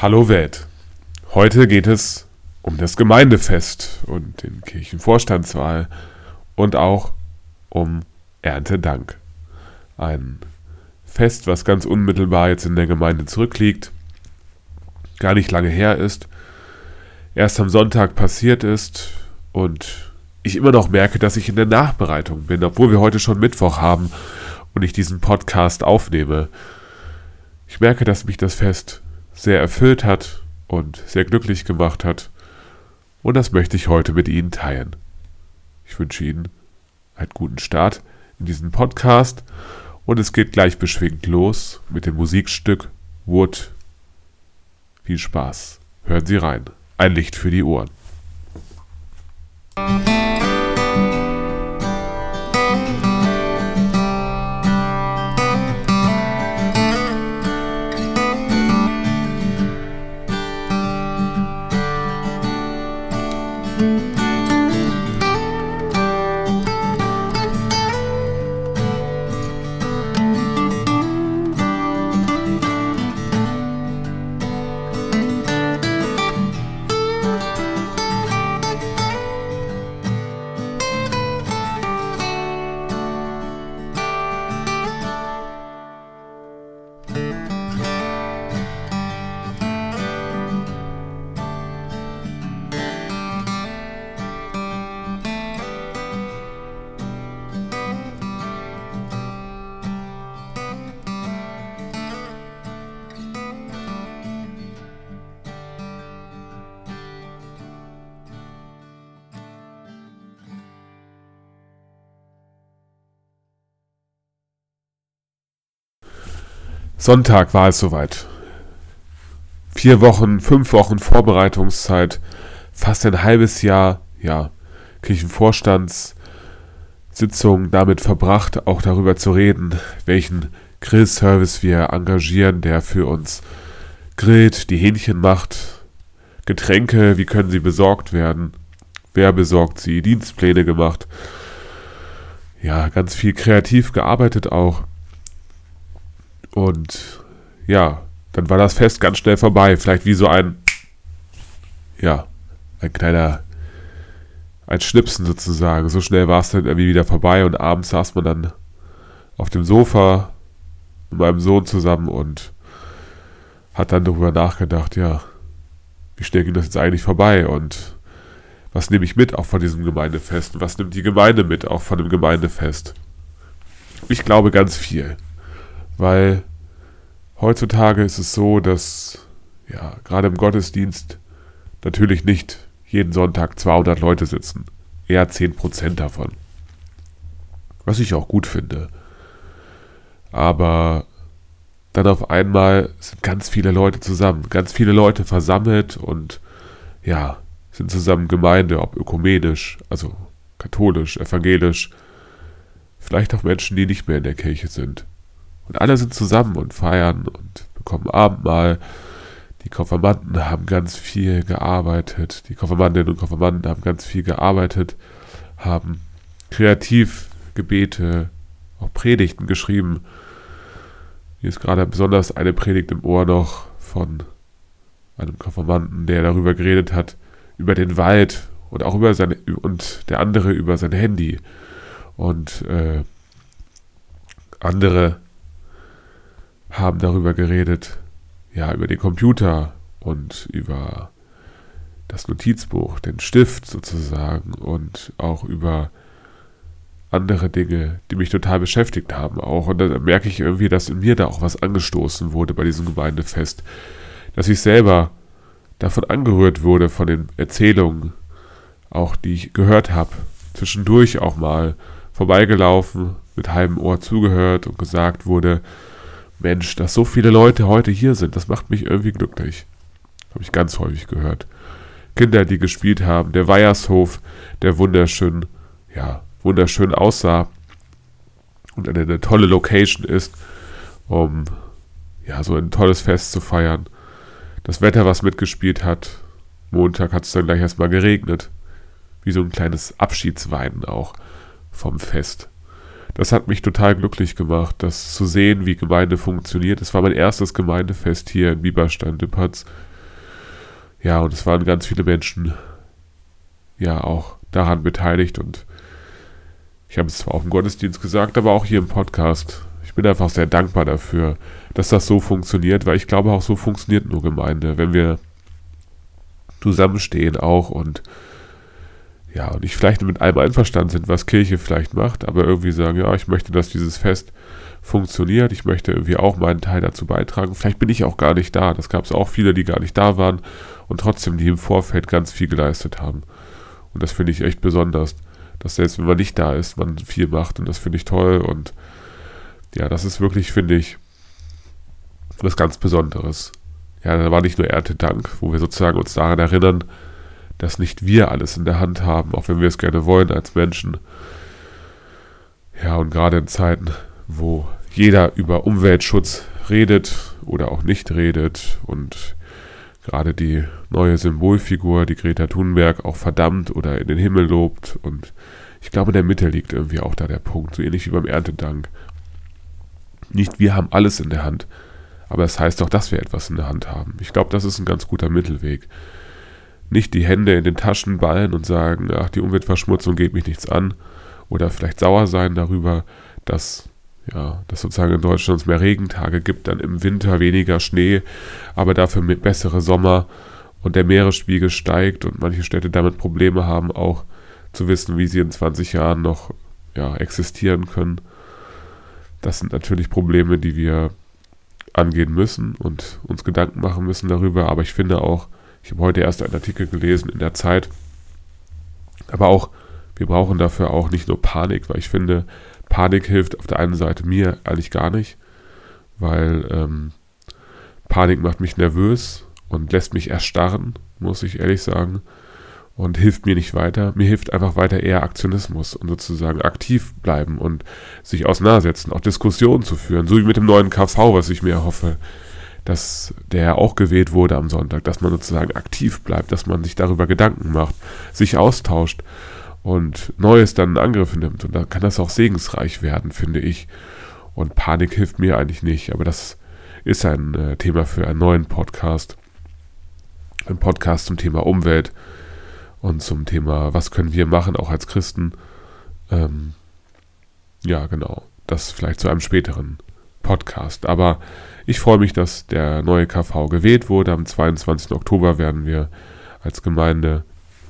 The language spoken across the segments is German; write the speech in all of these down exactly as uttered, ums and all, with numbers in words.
Hallo Welt. Heute geht es um das Gemeindefest und den Kirchenvorstandswahl und auch um Erntedank. Ein Fest, was ganz unmittelbar jetzt in der Gemeinde zurückliegt, gar nicht lange her ist, erst am Sonntag passiert ist und ich immer noch merke, dass ich in der Nachbereitung bin, obwohl wir heute schon Mittwoch haben und ich diesen Podcast aufnehme. Ich merke, dass mich das Fest sehr erfüllt hat und sehr glücklich gemacht hat und das möchte ich heute mit Ihnen teilen. Ich wünsche Ihnen einen guten Start in diesen Podcast und es geht gleich beschwingt los mit dem Musikstück Wood. Viel Spaß. Hören Sie rein. Ein Licht für die Ohren. Sonntag war es soweit. Vier Wochen, fünf Wochen Vorbereitungszeit, fast ein halbes Jahr, ja, Kirchenvorstandssitzung damit verbracht, auch darüber zu reden, welchen Grillservice wir engagieren, der für uns grillt, die Hähnchen macht, Getränke, wie können sie besorgt werden, wer besorgt sie, Dienstpläne gemacht, ja, ganz viel kreativ gearbeitet auch. Und ja, dann war das Fest ganz schnell vorbei. Vielleicht wie so ein, ja, ein kleiner, ein Schnipsen sozusagen. So schnell war es dann irgendwie wieder vorbei und abends saß man dann auf dem Sofa mit meinem Sohn zusammen und hat dann darüber nachgedacht, ja, wie schnell ging das jetzt eigentlich vorbei und was nehme ich mit auch von diesem Gemeindefest und was nimmt die Gemeinde mit auch von dem Gemeindefest? Ich glaube ganz viel. Weil heutzutage ist es so, dass ja gerade im Gottesdienst natürlich nicht jeden Sonntag zweihundert Leute sitzen. Eher zehn Prozent davon. Was ich auch gut finde. Aber dann auf einmal sind ganz viele Leute zusammen. Ganz viele Leute versammelt und ja, sind zusammen Gemeinde, ob ökumenisch, also katholisch, evangelisch. Vielleicht auch Menschen, die nicht mehr in der Kirche sind. Und alle sind zusammen und feiern und bekommen Abendmahl. Die Konfirmanden haben ganz viel gearbeitet. Die Konfirmandinnen und Konfirmanden haben ganz viel gearbeitet, haben kreativ Gebete, auch Predigten geschrieben. Hier ist gerade besonders eine Predigt im Ohr noch von einem Konfirmanden, der darüber geredet hat, über den Wald und auch über seine, und der andere über sein Handy. Und äh, andere haben darüber geredet, ja, über den Computer und über das Notizbuch, den Stift sozusagen und auch über andere Dinge, die mich total beschäftigt haben auch. Und da merke ich irgendwie, dass in mir da auch was angestoßen wurde bei diesem Gemeindefest, dass ich selber davon angerührt wurde, von den Erzählungen, auch die ich gehört habe, zwischendurch auch mal vorbeigelaufen, mit halbem Ohr zugehört und gesagt wurde, Mensch, dass so viele Leute heute hier sind, das macht mich irgendwie glücklich. Habe ich ganz häufig gehört. Kinder, die gespielt haben, der Weiershof, der wunderschön, ja, wunderschön aussah und eine, eine tolle Location ist, um ja, so ein tolles Fest zu feiern. Das Wetter, was mitgespielt hat, Montag hat es dann gleich erstmal geregnet. Wie so ein kleines Abschiedsweinen auch vom Fest. Das hat mich total glücklich gemacht, das zu sehen, wie Gemeinde funktioniert. Es war mein erstes Gemeindefest hier in Bieberstein-Dippertz Ja, und es waren ganz viele Menschen ja auch daran beteiligt und ich habe es zwar auf dem Gottesdienst gesagt, aber auch hier im Podcast. Ich bin einfach sehr dankbar dafür, dass das so funktioniert, weil ich glaube, auch so funktioniert nur Gemeinde, wenn wir zusammenstehen auch und ja, und nicht vielleicht mit allem einverstanden sind, was Kirche vielleicht macht, aber irgendwie sagen, ja, ich möchte, dass dieses Fest funktioniert, ich möchte irgendwie auch meinen Teil dazu beitragen. Vielleicht bin ich auch gar nicht da. Das gab es auch viele, die gar nicht da waren und trotzdem die im Vorfeld ganz viel geleistet haben. Und das finde ich echt besonders, dass selbst wenn man nicht da ist, man viel macht und das finde ich toll und ja, das ist wirklich, finde ich, was ganz Besonderes. Ja, da war nicht nur Erntedank, wo wir sozusagen uns daran erinnern, dass nicht wir alles in der Hand haben, auch wenn wir es gerne wollen als Menschen. Ja, und gerade in Zeiten, wo jeder über Umweltschutz redet oder auch nicht redet und gerade die neue Symbolfigur, die Greta Thunberg, auch verdammt oder in den Himmel lobt. Und ich glaube, in der Mitte liegt irgendwie auch da der Punkt, so ähnlich wie beim Erntedank. Nicht wir haben alles in der Hand, aber es heißt doch, dass wir etwas in der Hand haben. Ich glaube, das ist ein ganz guter Mittelweg. Nicht die Hände in den Taschen ballen und sagen, ach, die Umweltverschmutzung geht mich nichts an. Oder vielleicht sauer sein darüber, dass ja, dass sozusagen in Deutschland es mehr Regentage gibt, dann im Winter weniger Schnee, aber dafür mit bessere Sommer und der Meeresspiegel steigt und manche Städte damit Probleme haben, auch zu wissen, wie sie in zwanzig Jahren noch ja, existieren können. Das sind natürlich Probleme, die wir angehen müssen und uns Gedanken machen müssen darüber, aber ich finde auch, ich habe heute erst einen Artikel gelesen in der Zeit, aber auch, wir brauchen dafür auch nicht nur Panik, weil ich finde, Panik hilft auf der einen Seite mir eigentlich gar nicht, weil ähm, Panik macht mich nervös und lässt mich erstarren, muss ich ehrlich sagen, und hilft mir nicht weiter. Mir hilft einfach weiter eher Aktionismus und sozusagen aktiv bleiben und sich auseinandersetzen, auch Diskussionen zu führen, so wie mit dem neuen K V, was ich mir erhoffe, dass der auch gewählt wurde am Sonntag, dass man sozusagen aktiv bleibt, dass man sich darüber Gedanken macht, sich austauscht und Neues dann in Angriff nimmt. Und dann kann das auch segensreich werden, finde ich. Und Panik hilft mir eigentlich nicht. Aber das ist ein äh, Thema für einen neuen Podcast. Ein Podcast zum Thema Umwelt und zum Thema, was können wir machen, auch als Christen. Ähm, ja, genau. Das vielleicht zu einem späteren Podcast. Aber ich freue mich, dass der neue K V gewählt wurde. Am zweiundzwanzigsten Oktober werden wir als Gemeinde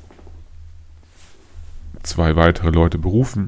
zwei weitere Leute berufen.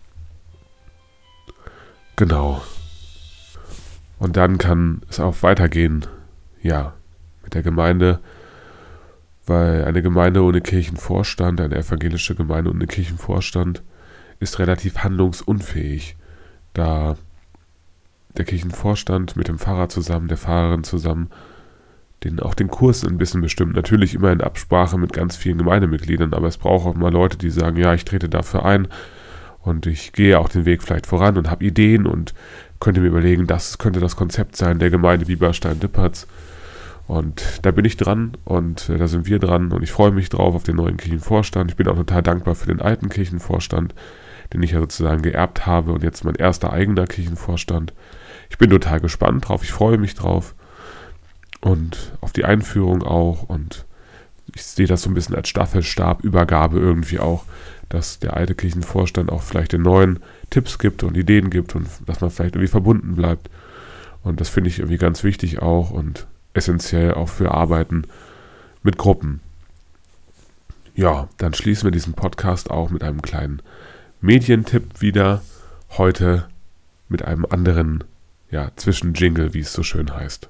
Genau. Und dann kann es auch weitergehen, ja, mit der Gemeinde, weil eine Gemeinde ohne Kirchenvorstand, eine evangelische Gemeinde ohne Kirchenvorstand, ist relativ handlungsunfähig, da der Kirchenvorstand mit dem Pfarrer zusammen, der Pfarrerin zusammen, den auch den Kurs ein bisschen bestimmt. Natürlich immer in Absprache mit ganz vielen Gemeindemitgliedern, aber es braucht auch mal Leute, die sagen, ja, ich trete dafür ein und ich gehe auch den Weg vielleicht voran und habe Ideen und könnte mir überlegen, das könnte das Konzept sein der Gemeinde Bieberstein-Dippertz. Und da bin ich dran und äh, da sind wir dran und ich freue mich drauf auf den neuen Kirchenvorstand. Ich bin auch total dankbar für den alten Kirchenvorstand, den ich ja sozusagen geerbt habe und jetzt mein erster eigener Kirchenvorstand. Ich bin total gespannt drauf, ich freue mich drauf. Und auf die Einführung auch und ich sehe das so ein bisschen als Staffelstabübergabe irgendwie auch, dass der alte Kirchenvorstand auch vielleicht den neuen Tipps gibt und Ideen gibt und dass man vielleicht irgendwie verbunden bleibt. Und das finde ich irgendwie ganz wichtig auch und essentiell auch für Arbeiten mit Gruppen. Ja, dann schließen wir diesen Podcast auch mit einem kleinen Medientipp wieder. Heute mit einem anderen, ja, Zwischenjingle, wie es so schön heißt.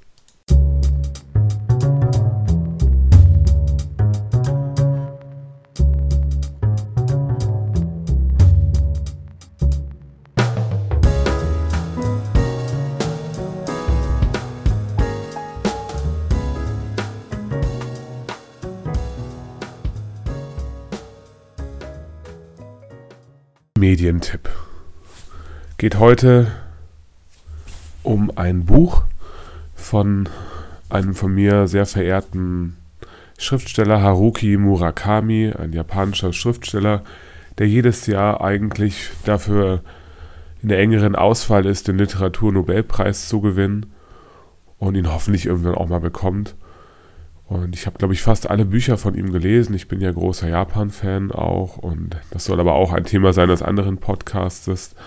Medientipp. Geht heute um ein Buch von einem von mir sehr verehrten Schriftsteller, Haruki Murakami, ein japanischer Schriftsteller, der jedes Jahr eigentlich dafür in der engeren Auswahl ist, den Literaturnobelpreis zu gewinnen und ihn hoffentlich irgendwann auch mal bekommt. Und ich habe, glaube ich, fast alle Bücher von ihm gelesen. Ich bin ja großer Japan-Fan auch. Und das soll aber auch ein Thema sein eines anderen Podcasts.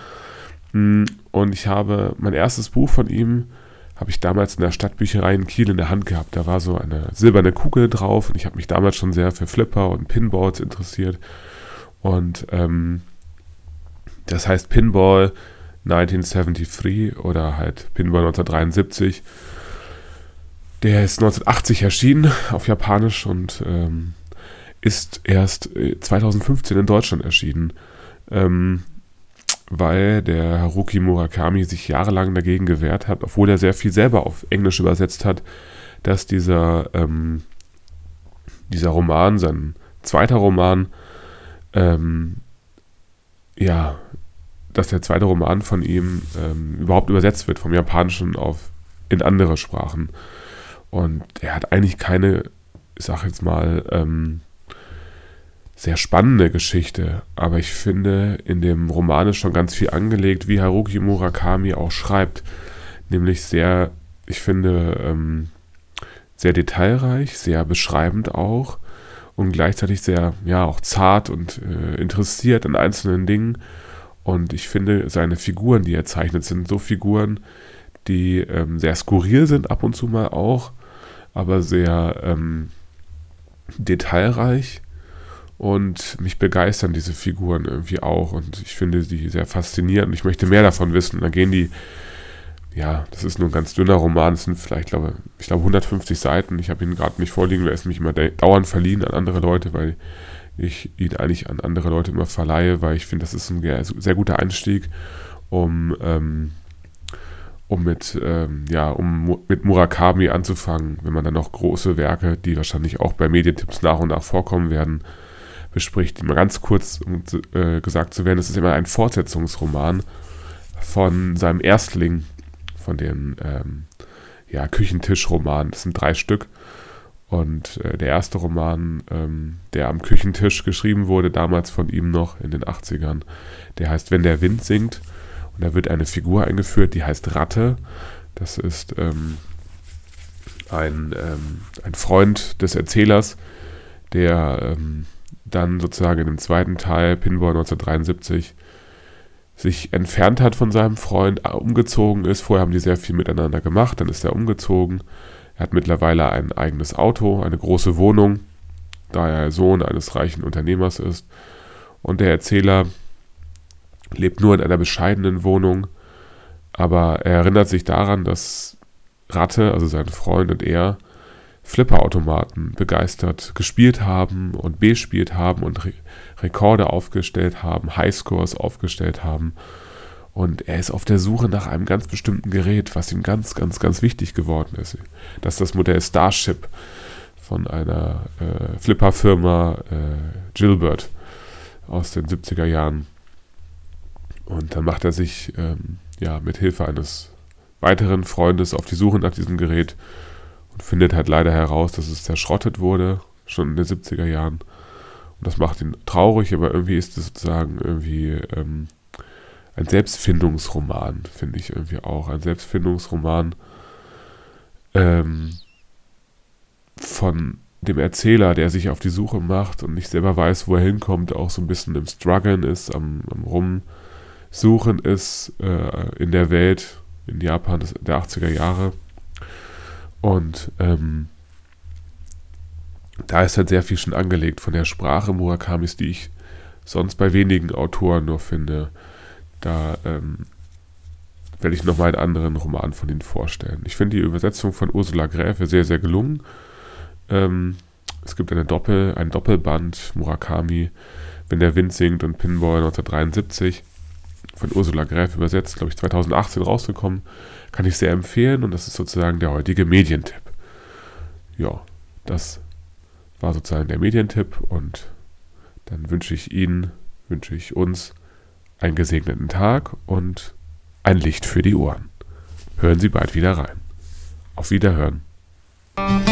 Und ich habe mein erstes Buch von ihm, habe ich damals in der Stadtbücherei in Kiel in der Hand gehabt. Da war so eine silberne Kugel drauf. Und ich habe mich damals schon sehr für Flipper und Pinballs interessiert. Und ähm, das heißt Pinball neunzehnhundertdreiundsiebzig oder halt Pinball neunzehnhundertdreiundsiebzig. Der ist neunzehnhundertachtzig erschienen auf Japanisch und ähm, ist erst zweitausendfünfzehn in Deutschland erschienen, ähm, weil der Haruki Murakami sich jahrelang dagegen gewehrt hat, obwohl er sehr viel selber auf Englisch übersetzt hat, dass dieser, ähm, dieser Roman, sein zweiter Roman, ähm, ja, dass der zweite Roman von ihm ähm, überhaupt übersetzt wird vom Japanischen auf in andere Sprachen. Und er hat eigentlich keine, ich sag jetzt mal, ähm, sehr spannende Geschichte. Aber ich finde, in dem Roman ist schon ganz viel angelegt, wie Haruki Murakami auch schreibt. Nämlich sehr, ich finde, ähm, sehr detailreich, sehr beschreibend auch. Und gleichzeitig sehr, ja, auch zart und äh, interessiert an einzelnen Dingen. Und ich finde, seine Figuren, die er zeichnet, sind so Figuren, die ähm, sehr skurril sind, ab und zu mal auch, aber sehr ähm, detailreich, und mich begeistern diese Figuren irgendwie auch, und ich finde die sehr faszinierend. Ich möchte mehr davon wissen. Und dann gehen die, ja, das ist nur ein ganz dünner Roman, es sind vielleicht, glaube ich glaube hundertfünfzig Seiten. Ich habe ihn gerade nicht vorliegen, weil es mich immer dauernd verliehen an andere Leute, weil ich ihn eigentlich an andere Leute immer verleihe, weil ich finde, das ist ein sehr, sehr guter Einstieg, um ähm, um mit, ähm, ja, um mit Murakami anzufangen, wenn man dann noch große Werke, die wahrscheinlich auch bei Medientipps nach und nach vorkommen werden, bespricht. Mal ganz kurz, um äh, gesagt zu werden, es ist immer ein Fortsetzungsroman von seinem Erstling, von den ähm, ja, Küchentischromanen. Das sind drei Stück. Und äh, der erste Roman, ähm, der am Küchentisch geschrieben wurde, damals von ihm noch in den achtzigern, der heißt Wenn der Wind singt. Und da wird eine Figur eingeführt, die heißt Ratte. Das ist ähm, ein, ähm, ein Freund des Erzählers, der ähm, dann sozusagen in dem zweiten Teil, Pinball neunzehnhundertdreiundsiebzig, sich entfernt hat von seinem Freund, umgezogen ist. Vorher haben die sehr viel miteinander gemacht, dann ist er umgezogen. Er hat mittlerweile ein eigenes Auto, eine große Wohnung, da er Sohn eines reichen Unternehmers ist. Und der Erzähler lebt nur in einer bescheidenen Wohnung, aber er erinnert sich daran, dass Ratte, also sein Freund und er, Flipperautomaten begeistert gespielt haben und bespielt haben und Re- Rekorde aufgestellt haben, Highscores aufgestellt haben. Und er ist auf der Suche nach einem ganz bestimmten Gerät, was ihm ganz, ganz, ganz wichtig geworden ist. Das ist das Modell Starship von einer äh, Flipper-Firma äh, Gilbert aus den siebziger Jahren. Und dann macht er sich ähm, ja, mit Hilfe eines weiteren Freundes auf die Suche nach diesem Gerät und findet halt leider heraus, dass es zerschrottet wurde, schon in den siebziger Jahren. Und das macht ihn traurig, aber irgendwie ist es sozusagen irgendwie ähm, ein Selbstfindungsroman, finde ich irgendwie auch. Ein Selbstfindungsroman ähm, von dem Erzähler, der sich auf die Suche macht und nicht selber weiß, wo er hinkommt, auch so ein bisschen im Struggeln ist, am, am Rumsuchen ist äh, in der Welt, in Japan des, der achtziger Jahre. Und ähm, da ist halt sehr viel schon angelegt von der Sprache Murakamis, die ich sonst bei wenigen Autoren nur finde. Da ähm, werde ich nochmal einen anderen Roman von ihnen vorstellen. Ich finde die Übersetzung von Ursula Gräfe sehr, sehr gelungen. Ähm, es gibt eine Doppel, ein Doppelband Murakami, Wenn der Wind singt und Pinball neunzehnhundertdreiundsiebzig von Ursula Gräfe übersetzt, glaube ich zweitausendachtzehn rausgekommen. Kann ich sehr empfehlen, und das ist sozusagen der heutige Medientipp. Ja, das war sozusagen der Medientipp, und dann wünsche ich Ihnen, wünsche ich uns einen gesegneten Tag und ein Licht für die Ohren. Hören Sie bald wieder rein. Auf Wiederhören.